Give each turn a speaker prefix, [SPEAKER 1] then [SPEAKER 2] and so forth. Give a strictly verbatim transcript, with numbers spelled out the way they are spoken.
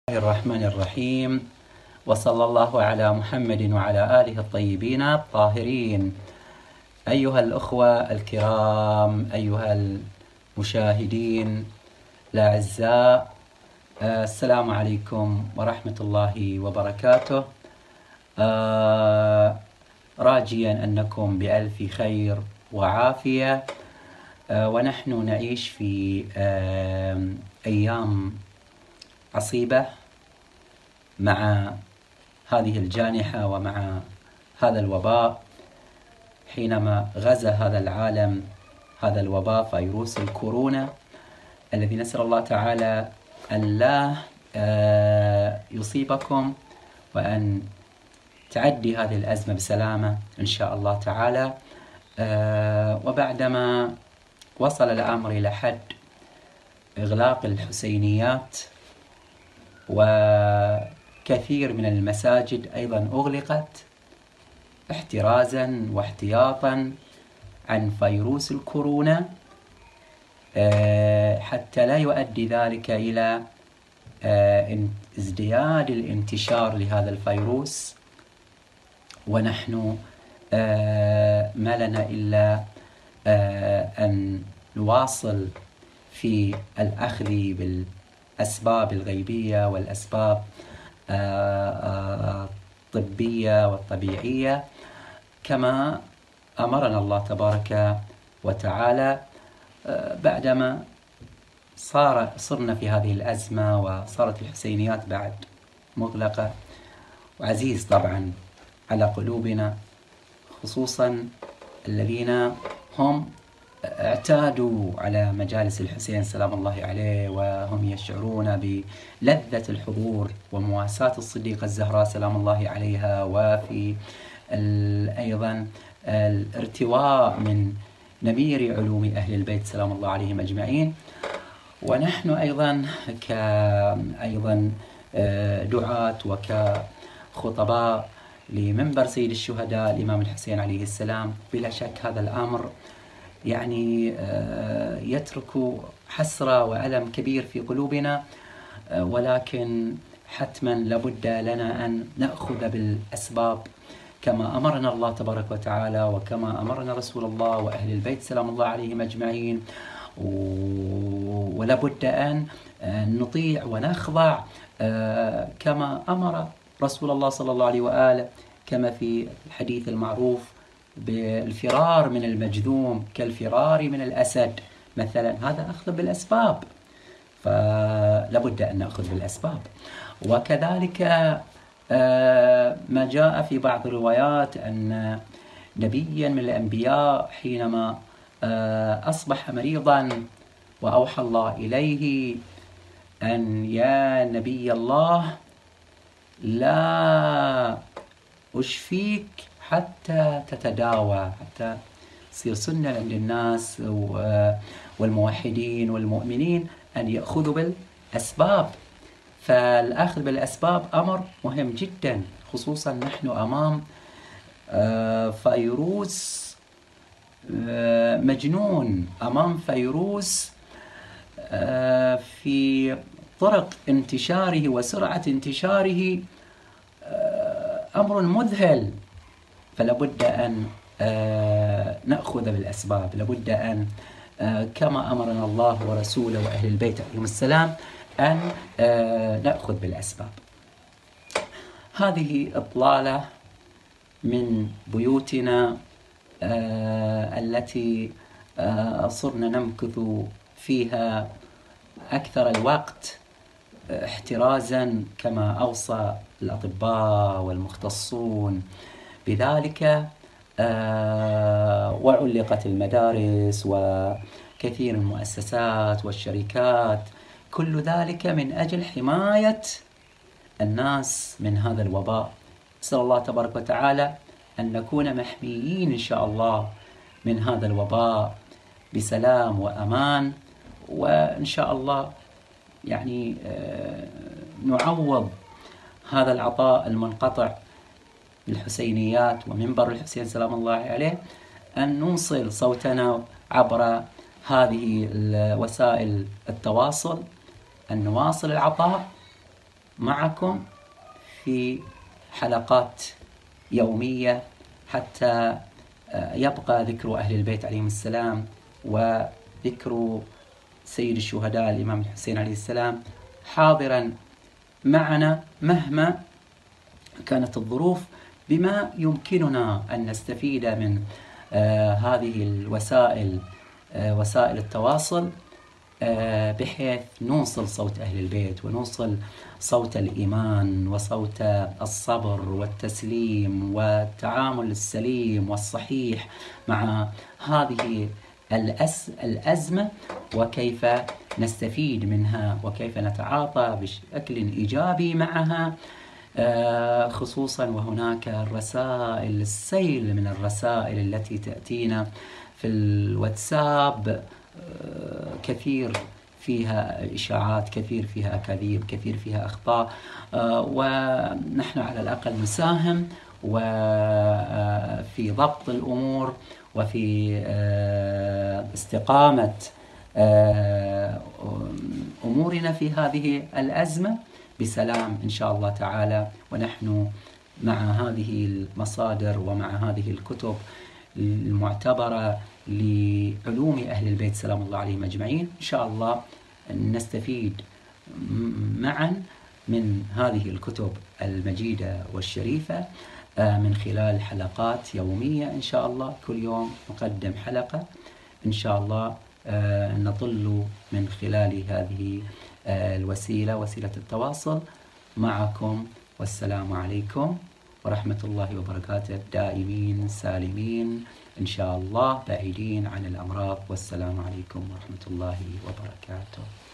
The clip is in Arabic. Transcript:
[SPEAKER 1] الرحمن الرحيم، وصلى الله على محمد وعلى آله الطيبين الطاهرين. أيها الأخوة الكرام، أيها المشاهدين الأعزاء، السلام عليكم ورحمة الله وبركاته. راجيا أنكم بألف خير وعافية، ونحن نعيش في أيام عصيبة مع هذه الجائحة ومع هذا الوباء، حينما غزا هذا العالم هذا الوباء فيروس الكورونا، الذي نسأل الله تعالى أن لا يصيبكم وأن تعدي هذه الأزمة بسلامة إن شاء الله تعالى. وبعدما وصل الأمر إلى حد إغلاق الحسينيات وكثير من المساجد أيضا أغلقت احترازا واحتياطا عن فيروس الكورونا، حتى لا يؤدي ذلك إلى ازدياد الانتشار لهذا الفيروس. ونحن ما لنا إلا أن نواصل في الأخذ بالأسباب الغيبية والأسباب الطبية والطبيعية كما أمرنا الله تبارك وتعالى، بعدما صار صرنا في هذه الأزمة وصارت الحسينيات بعد مغلقة، وعزيز طبعا على قلوبنا خصوصا الذين هم اعتادوا على مجالس الحسين سلام الله عليه، وهم يشعرون بلذة الحضور ومواساة الصديقة الزهراء سلام الله عليها، وفي أيضا الارتواء من نمير علوم أهل البيت سلام الله عليهم أجمعين. ونحن أيضا كأيضا دعاة وكخطباء لمنبر سيد الشهداء الإمام الحسين عليه السلام، بلا شك هذا الأمر يعني يترك حسرة وألم كبير في قلوبنا، ولكن حتما لابد لنا أن نأخذ بالأسباب كما أمرنا الله تبارك وتعالى وكما أمرنا رسول الله وأهل البيت سلام الله عليهم أجمعين، ولابد أن نطيع ونخضع كما أمر رسول الله صلى الله عليه وآله، كما في الحديث المعروف بالفرار من المجذوم كالفرار من الأسد مثلا. هذا أخذ بالأسباب، فلابد أن نأخذ بالأسباب. وكذلك ما جاء في بعض الروايات أن نبيا من الأنبياء حينما أصبح مريضا وأوحى الله إليه أن يا نبي الله لا أشفيك حتى تتداوى، حتى تصير سنة عند الناس والموحدين والمؤمنين أن يأخذوا بالأسباب. فالأخذ بالأسباب أمر مهم جدا، خصوصا نحن أمام فيروس مجنون، أمام فيروس في طرق انتشاره وسرعة انتشاره أمر مذهل. فلابد أن نأخذ بالأسباب، لابد أن كما أمرنا الله ورسوله وأهل البيت عليهم السلام أن نأخذ بالأسباب. هذه إطلالة من بيوتنا التي صرنا نمكث فيها أكثر الوقت احترازا كما أوصى الأطباء والمختصون بذلك، وعلقت المدارس وكثير من المؤسسات والشركات، كل ذلك من أجل حماية الناس من هذا الوباء. نسأل الله تبارك وتعالى أن نكون محميين إن شاء الله من هذا الوباء بسلام وأمان، وإن شاء الله يعني نعوض هذا العطاء المنقطع للحسينيات ومنبر الحسين سلام الله عليه، أن نوصل صوتنا عبر هذه وسائل التواصل، أن نواصل العطاء معكم في حلقات يومية حتى يبقى ذكر أهل البيت عليهم السلام وذكر سيد الشهداء الإمام الحسين عليه السلام حاضرا معنا مهما كانت الظروف، بما يمكننا أن نستفيد من آه هذه الوسائل، آه وسائل التواصل، آه بحيث نوصل صوت أهل البيت ونوصل صوت الإيمان وصوت الصبر والتسليم والتعامل السليم والصحيح مع هذه الأس الأزمة، وكيف نستفيد منها وكيف نتعاطى بشكل إيجابي معها، خصوصا وهناك الرسائل، السيل من الرسائل التي تأتينا في الواتساب كثير فيها إشاعات، كثير فيها أكاذيب، كثير فيها أخطاء، ونحن على الأقل نساهم وفي ضبط الأمور وفي استقامة أمورنا في هذه الأزمة بسلام إن شاء الله تعالى. ونحن مع هذه المصادر ومع هذه الكتب المعتبرة لعلوم أهل البيت سلام الله عليهم أجمعين، إن شاء الله نستفيد معا من هذه الكتب المجيدة والشريفة من خلال حلقات يومية إن شاء الله. كل يوم نقدم حلقة إن شاء الله نطل من خلال هذه الوسيلة، وسيلة التواصل معكم. والسلام عليكم ورحمة الله وبركاته، دائمين سالمين إن شاء الله، بعيدين عن الأمراض. والسلام عليكم ورحمة الله وبركاته.